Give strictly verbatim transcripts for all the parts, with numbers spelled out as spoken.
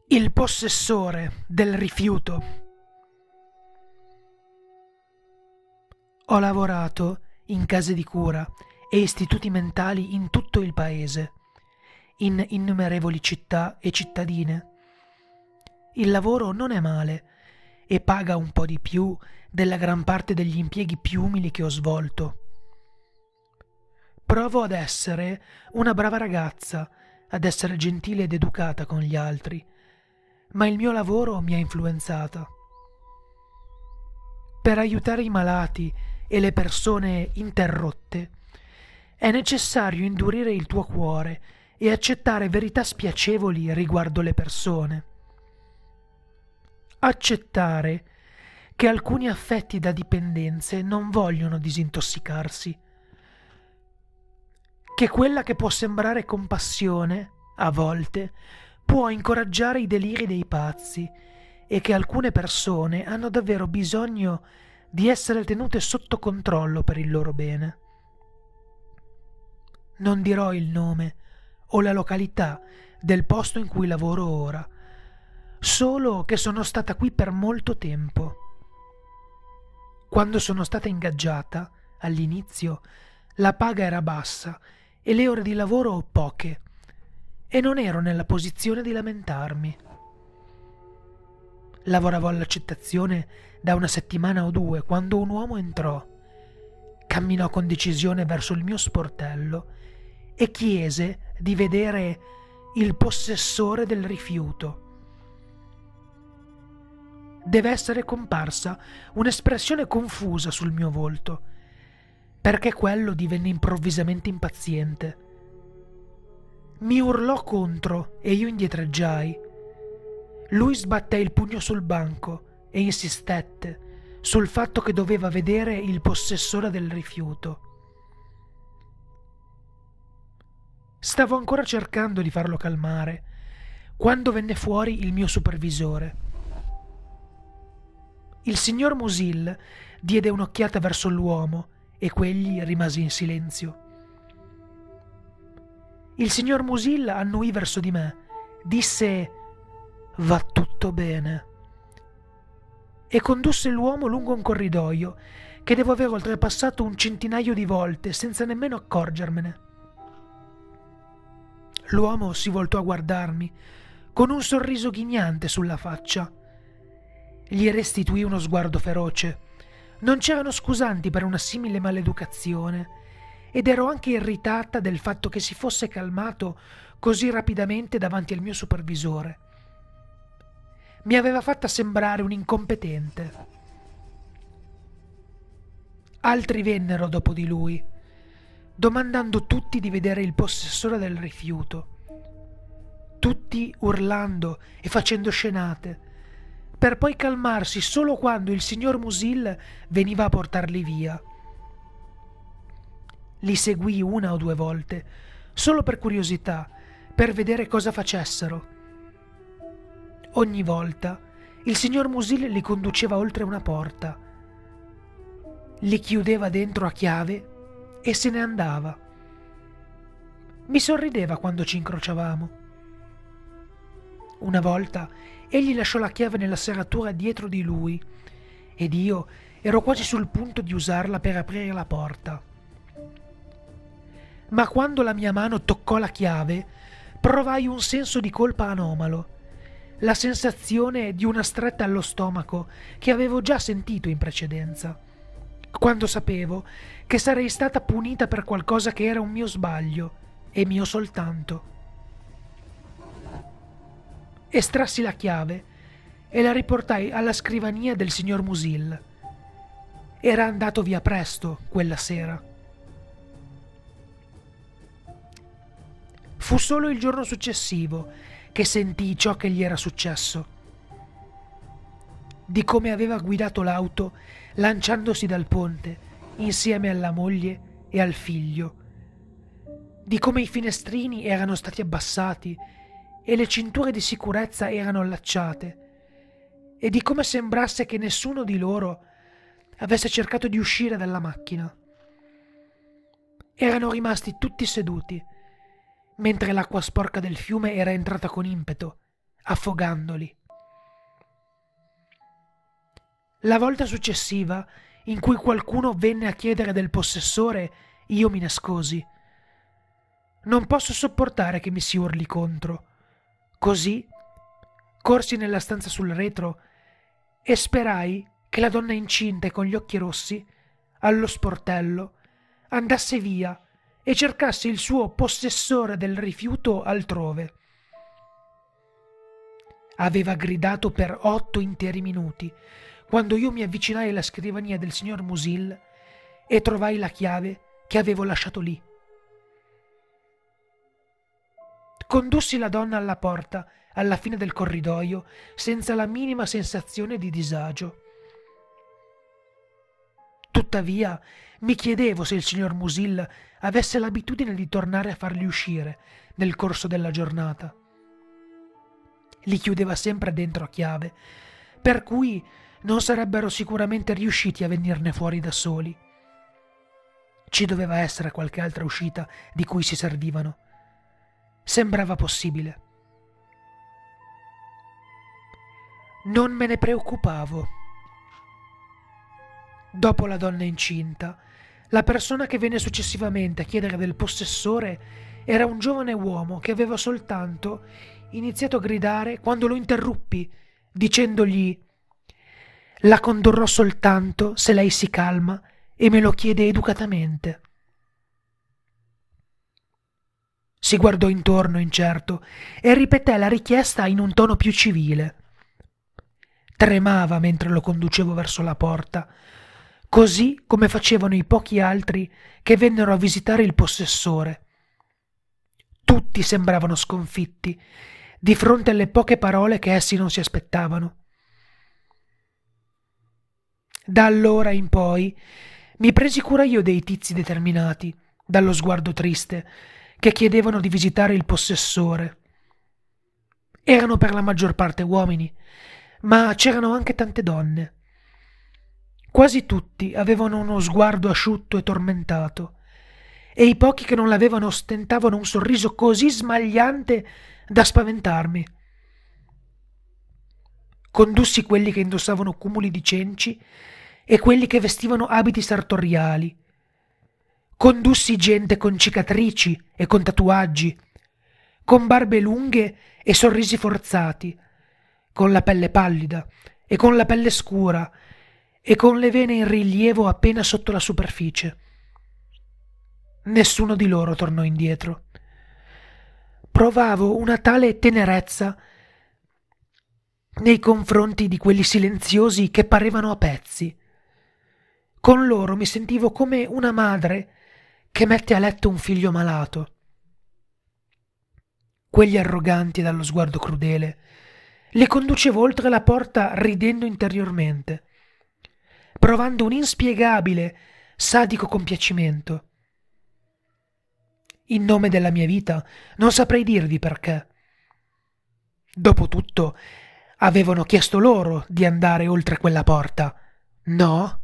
Il possessore del rifiuto. Ho lavorato in case di cura e istituti mentali in tutto il paese, in innumerevoli città e cittadine. Il lavoro non è male e paga un po' di più della gran parte degli impieghi più umili che ho svolto. Provo ad essere una brava ragazza, ad essere gentile ed educata con gli altri, ma il mio lavoro mi ha influenzata. Per aiutare i malati e le persone interrotte è necessario indurire il tuo cuore e accettare verità spiacevoli riguardo le persone. Accettare che alcuni affetti da dipendenze non vogliono disintossicarsi, che quella che può sembrare compassione, a volte, può incoraggiare i deliri dei pazzi e che alcune persone hanno davvero bisogno di essere tenute sotto controllo per il loro bene. Non dirò il nome o la località del posto in cui lavoro ora, solo che sono stata qui per molto tempo. Quando sono stata ingaggiata, all'inizio, la paga era bassa e le ore di lavoro poche, e non ero nella posizione di lamentarmi. Lavoravo all'accettazione da una settimana o due quando un uomo entrò, camminò con decisione verso il mio sportello e chiese di vedere il possessore del rifiuto. Deve essere comparsa un'espressione confusa sul mio volto, perché quello divenne improvvisamente impaziente. Mi urlò contro e io indietreggiai. Lui sbatté il pugno sul banco e insistette sul fatto che doveva vedere il possessore del rifiuto. Stavo ancora cercando di farlo calmare quando venne fuori il mio supervisore. Il signor Musil diede un'occhiata verso l'uomo e quegli rimase in silenzio. Il signor Musil annuì verso di me, disse «Va tutto bene» e condusse l'uomo lungo un corridoio che devo aver oltrepassato un centinaio di volte senza nemmeno accorgermene. L'uomo si voltò a guardarmi con un sorriso ghignante sulla faccia. Gli restituì uno sguardo feroce. Non c'erano scusanti per una simile maleducazione ed ero anche irritata del fatto che si fosse calmato così rapidamente davanti al mio supervisore. Mi aveva fatta sembrare un incompetente. Altri vennero dopo di lui, domandando tutti di vedere il possessore del rifiuto, tutti urlando e facendo scenate, per poi calmarsi solo quando il signor Musil veniva a portarli via. Li seguii una o due volte, solo per curiosità, per vedere cosa facessero. Ogni volta il signor Musil li conduceva oltre una porta, li chiudeva dentro a chiave e se ne andava. Mi sorrideva quando ci incrociavamo. Una volta egli lasciò la chiave nella serratura dietro di lui ed io ero quasi sul punto di usarla per aprire la porta. Ma quando la mia mano toccò la chiave, provai un senso di colpa anomalo, la sensazione di una stretta allo stomaco che avevo già sentito in precedenza, quando sapevo che sarei stata punita per qualcosa che era un mio sbaglio e mio soltanto. Estrassi la chiave e la riportai alla scrivania del signor Musil. Era andato via presto quella sera. Fu solo il giorno successivo che sentii ciò che gli era successo. Di come aveva guidato l'auto lanciandosi dal ponte insieme alla moglie e al figlio. Di come i finestrini erano stati abbassati e le cinture di sicurezza erano allacciate e di come sembrasse che nessuno di loro avesse cercato di uscire dalla macchina. Erano rimasti tutti seduti, mentre l'acqua sporca del fiume era entrata con impeto, affogandoli. La volta successiva, in cui qualcuno venne a chiedere del possessore, io mi nascosi. Non posso sopportare che mi si urli contro. Così corsi nella stanza sul retro e sperai che la donna incinta e con gli occhi rossi, allo sportello, andasse via e cercasse il suo possessore del rifiuto altrove. Aveva gridato per otto interi minuti, quando io mi avvicinai alla scrivania del signor Musil e trovai la chiave che avevo lasciato lì. Condussi la donna alla porta, alla fine del corridoio, senza la minima sensazione di disagio. Tuttavia, mi chiedevo se il signor Musil avesse l'abitudine di tornare a farli uscire nel corso della giornata. Li chiudeva sempre dentro a chiave, per cui non sarebbero sicuramente riusciti a venirne fuori da soli. Ci doveva essere qualche altra uscita di cui si servivano. Sembrava possibile. Non me ne preoccupavo. Dopo la donna incinta, la persona che venne successivamente a chiedere del possessore era un giovane uomo che aveva soltanto iniziato a gridare quando lo interruppi, dicendogli: «La condurrò soltanto se lei si calma e me lo chiede educatamente». Si guardò intorno incerto e ripeté la richiesta in un tono più civile. Tremava mentre lo conducevo verso la porta, così come facevano i pochi altri che vennero a visitare il possessore. Tutti sembravano sconfitti di fronte alle poche parole che essi non si aspettavano. Da allora in poi mi presi cura io dei tizi determinati, dallo sguardo triste, che chiedevano di visitare il possessore. Erano per la maggior parte uomini, ma c'erano anche tante donne. Quasi tutti avevano uno sguardo asciutto e tormentato, e i pochi che non l'avevano ostentavano un sorriso così smagliante da spaventarmi. Condussi quelli che indossavano cumuli di cenci e quelli che vestivano abiti sartoriali. Condussi gente con cicatrici e con tatuaggi, con barbe lunghe e sorrisi forzati, con la pelle pallida e con la pelle scura e con le vene in rilievo appena sotto la superficie. Nessuno di loro tornò indietro. Provavo una tale tenerezza nei confronti di quelli silenziosi che parevano a pezzi. Con loro mi sentivo come una madre che mette a letto un figlio malato. Quegli arroganti dallo sguardo crudele li conducevo oltre la porta ridendo interiormente, provando un inspiegabile, sadico compiacimento. In nome della mia vita non saprei dirvi perché. Dopotutto avevano chiesto loro di andare oltre quella porta, no?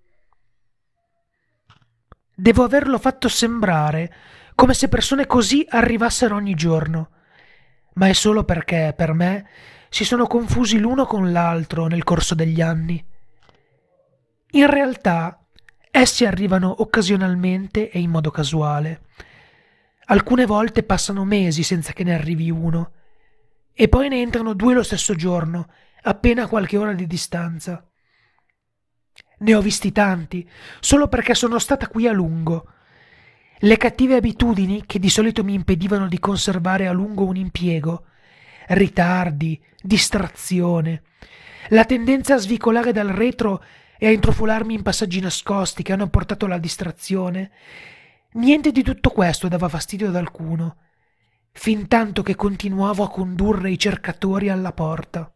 Devo averlo fatto sembrare come se persone così arrivassero ogni giorno, ma è solo perché, per me, si sono confusi l'uno con l'altro nel corso degli anni. In realtà, essi arrivano occasionalmente e in modo casuale. Alcune volte passano mesi senza che ne arrivi uno, e poi ne entrano due lo stesso giorno, appena a qualche ora di distanza. Ne ho visti tanti, solo perché sono stata qui a lungo. Le cattive abitudini che di solito mi impedivano di conservare a lungo un impiego, ritardi, distrazione, la tendenza a svicolare dal retro e a intrufolarmi in passaggi nascosti che hanno portato alla distrazione, niente di tutto questo dava fastidio ad alcuno, fintanto che continuavo a condurre i cercatori alla porta.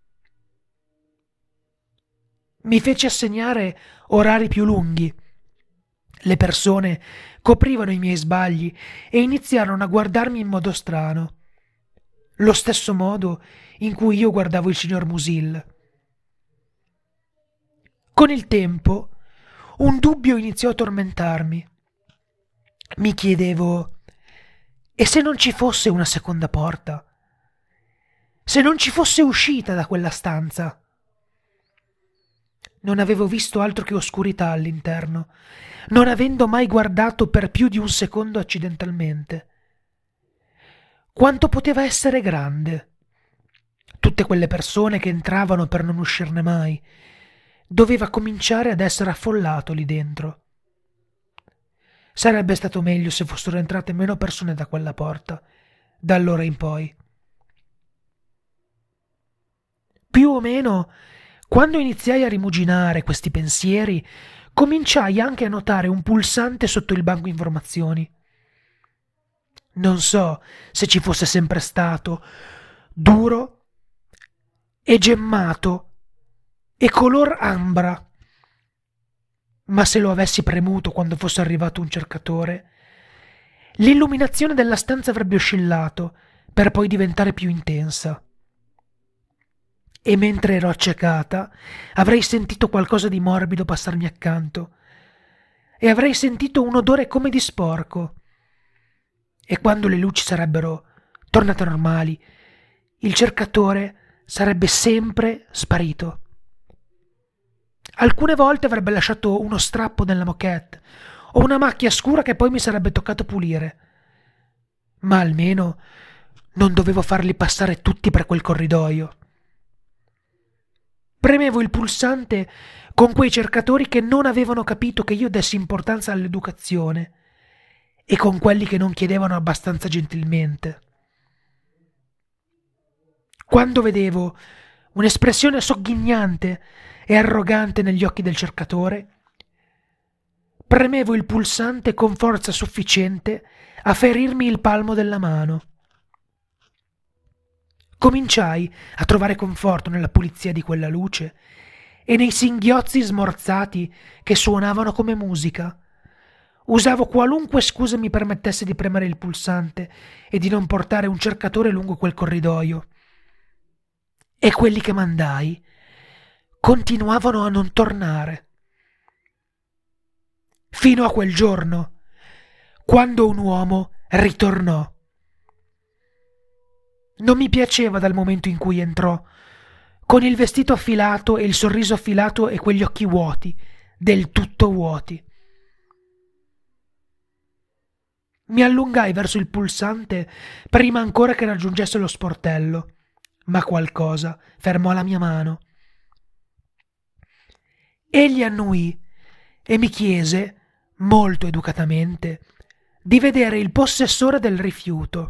Mi fece assegnare orari più lunghi. Le persone coprivano i miei sbagli e iniziarono a guardarmi in modo strano, lo stesso modo in cui io guardavo il signor Musil. Con il tempo un dubbio iniziò a tormentarmi. Mi chiedevo: e se non ci fosse una seconda porta? se non ci fosse uscita da quella stanza. Non avevo visto altro che oscurità all'interno, non avendo mai guardato per più di un secondo accidentalmente. Quanto poteva essere grande? Tutte quelle persone che entravano per non uscirne mai. Doveva cominciare ad essere affollato lì dentro. Sarebbe stato meglio se fossero entrate meno persone da quella porta, da allora in poi. Più o meno, quando iniziai a rimuginare questi pensieri, cominciai anche a notare un pulsante sotto il banco informazioni. Non so se ci fosse sempre stato, duro e gemmato e color ambra, ma se lo avessi premuto quando fosse arrivato un cercatore, l'illuminazione della stanza avrebbe oscillato per poi diventare più intensa. E mentre ero accecata, avrei sentito qualcosa di morbido passarmi accanto e avrei sentito un odore come di sporco. E quando le luci sarebbero tornate normali, il cercatore sarebbe sempre sparito. Alcune volte avrebbe lasciato uno strappo nella moquette o una macchia scura che poi mi sarebbe toccato pulire. Ma almeno non dovevo farli passare tutti per quel corridoio. Premevo il pulsante con quei cercatori che non avevano capito che io dessi importanza all'educazione e con quelli che non chiedevano abbastanza gentilmente. Quando vedevo un'espressione sogghignante e arrogante negli occhi del cercatore, premevo il pulsante con forza sufficiente a ferirmi il palmo della mano. Cominciai a trovare conforto nella pulizia di quella luce e nei singhiozzi smorzati che suonavano come musica. Usavo qualunque scusa mi permettesse di premere il pulsante e di non portare un cercatore lungo quel corridoio. E quelli che mandai continuavano a non tornare. Fino a quel giorno, quando un uomo ritornò. Non mi piaceva dal momento in cui entrò, con il vestito affilato e il sorriso affilato e quegli occhi vuoti, del tutto vuoti. Mi allungai verso il pulsante prima ancora che raggiungesse lo sportello, ma qualcosa fermò la mia mano. Egli annuì e mi chiese, molto educatamente, di vedere il possessore del rifiuto.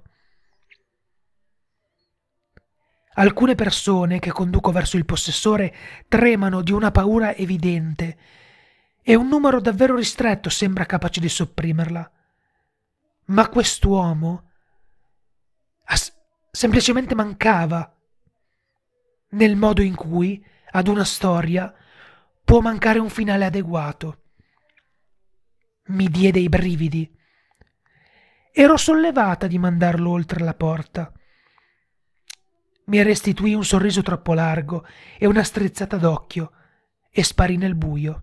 Alcune persone che conduco verso il possessore tremano di una paura evidente e un numero davvero ristretto sembra capace di sopprimerla. Ma quest'uomo as- semplicemente mancava, nel modo in cui ad una storia può mancare un finale adeguato. Mi diede i brividi. Ero sollevata di mandarlo oltre la porta. Mi restituì un sorriso troppo largo e una strizzata d'occhio e sparì nel buio.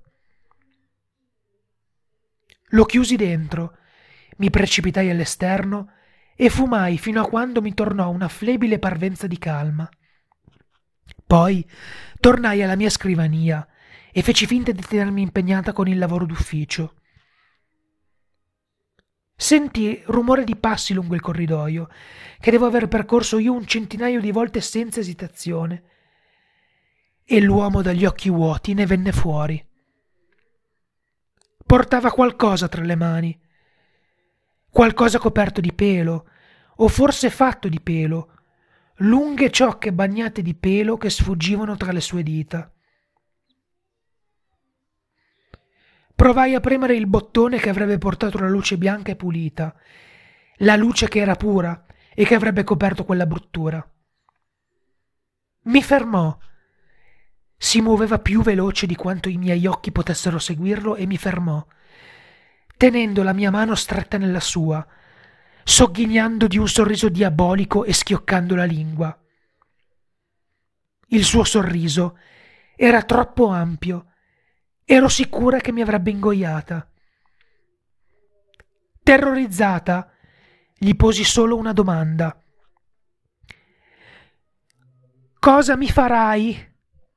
Lo chiusi dentro, mi precipitai all'esterno e fumai fino a quando mi tornò una flebile parvenza di calma. Poi tornai alla mia scrivania e feci finta di tenermi impegnata con il lavoro d'ufficio. Sentii rumore di passi lungo il corridoio, che devo aver percorso io un centinaio di volte senza esitazione, e l'uomo dagli occhi vuoti ne venne fuori. Portava qualcosa tra le mani, qualcosa coperto di pelo, o forse fatto di pelo, lunghe ciocche bagnate di pelo che sfuggivano tra le sue dita. Provai a premere il bottone che avrebbe portato la luce bianca e pulita, la luce che era pura e che avrebbe coperto quella bruttura. Mi fermò. Si muoveva più veloce di quanto i miei occhi potessero seguirlo e mi fermò, tenendo la mia mano stretta nella sua, sogghignando di un sorriso diabolico e schioccando la lingua. Il suo sorriso era troppo ampio. Ero sicura che mi avrebbe ingoiata. Terrorizzata, gli posi solo una domanda. Cosa mi farai?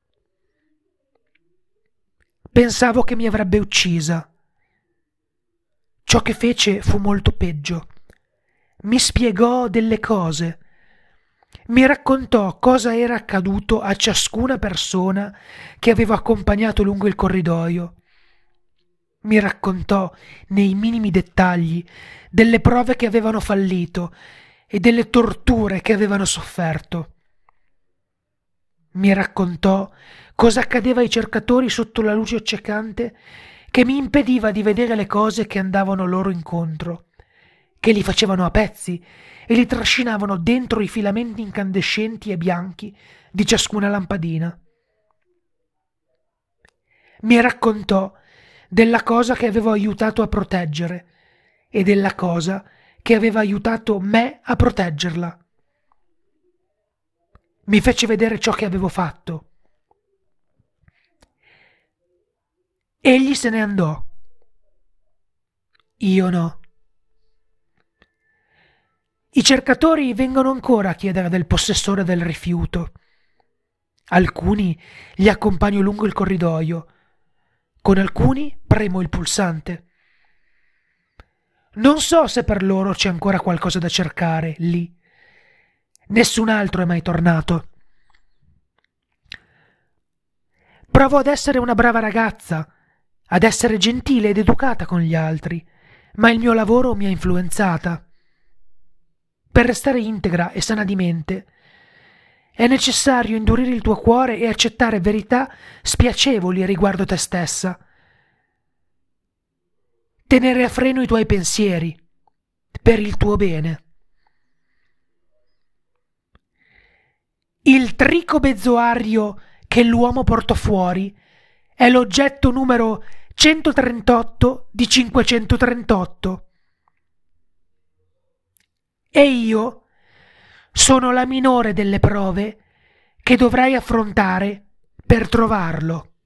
Pensavo che mi avrebbe uccisa. Ciò che fece fu molto peggio. Mi spiegò delle cose. Mi raccontò cosa era accaduto a ciascuna persona che avevo accompagnato lungo il corridoio. Mi raccontò nei minimi dettagli delle prove che avevano fallito e delle torture che avevano sofferto. Mi raccontò cosa accadeva ai cercatori sotto la luce accecante che mi impediva di vedere le cose che andavano loro incontro, che li facevano a pezzi e li trascinavano dentro i filamenti incandescenti e bianchi di ciascuna lampadina. Mi raccontò della cosa che avevo aiutato a proteggere e della cosa che aveva aiutato me a proteggerla. Mi fece vedere ciò che avevo fatto. Egli se ne andò. Io no. I cercatori vengono ancora a chiedere del possessore del rifiuto. Alcuni li accompagno lungo il corridoio. Con alcuni premo il pulsante. Non so se per loro c'è ancora qualcosa da cercare lì. Nessun altro è mai tornato. Provo ad essere una brava ragazza, ad essere gentile ed educata con gli altri, ma il mio lavoro mi ha influenzata. Per restare integra e sana di mente è necessario indurire il tuo cuore e accettare verità spiacevoli riguardo te stessa. Tenere a freno i tuoi pensieri per il tuo bene. Il trico bezzoario che l'uomo portò fuori è l'oggetto numero centotrentotto di cinquecentotrentotto. E io sono la minore delle prove che dovrai affrontare per trovarlo.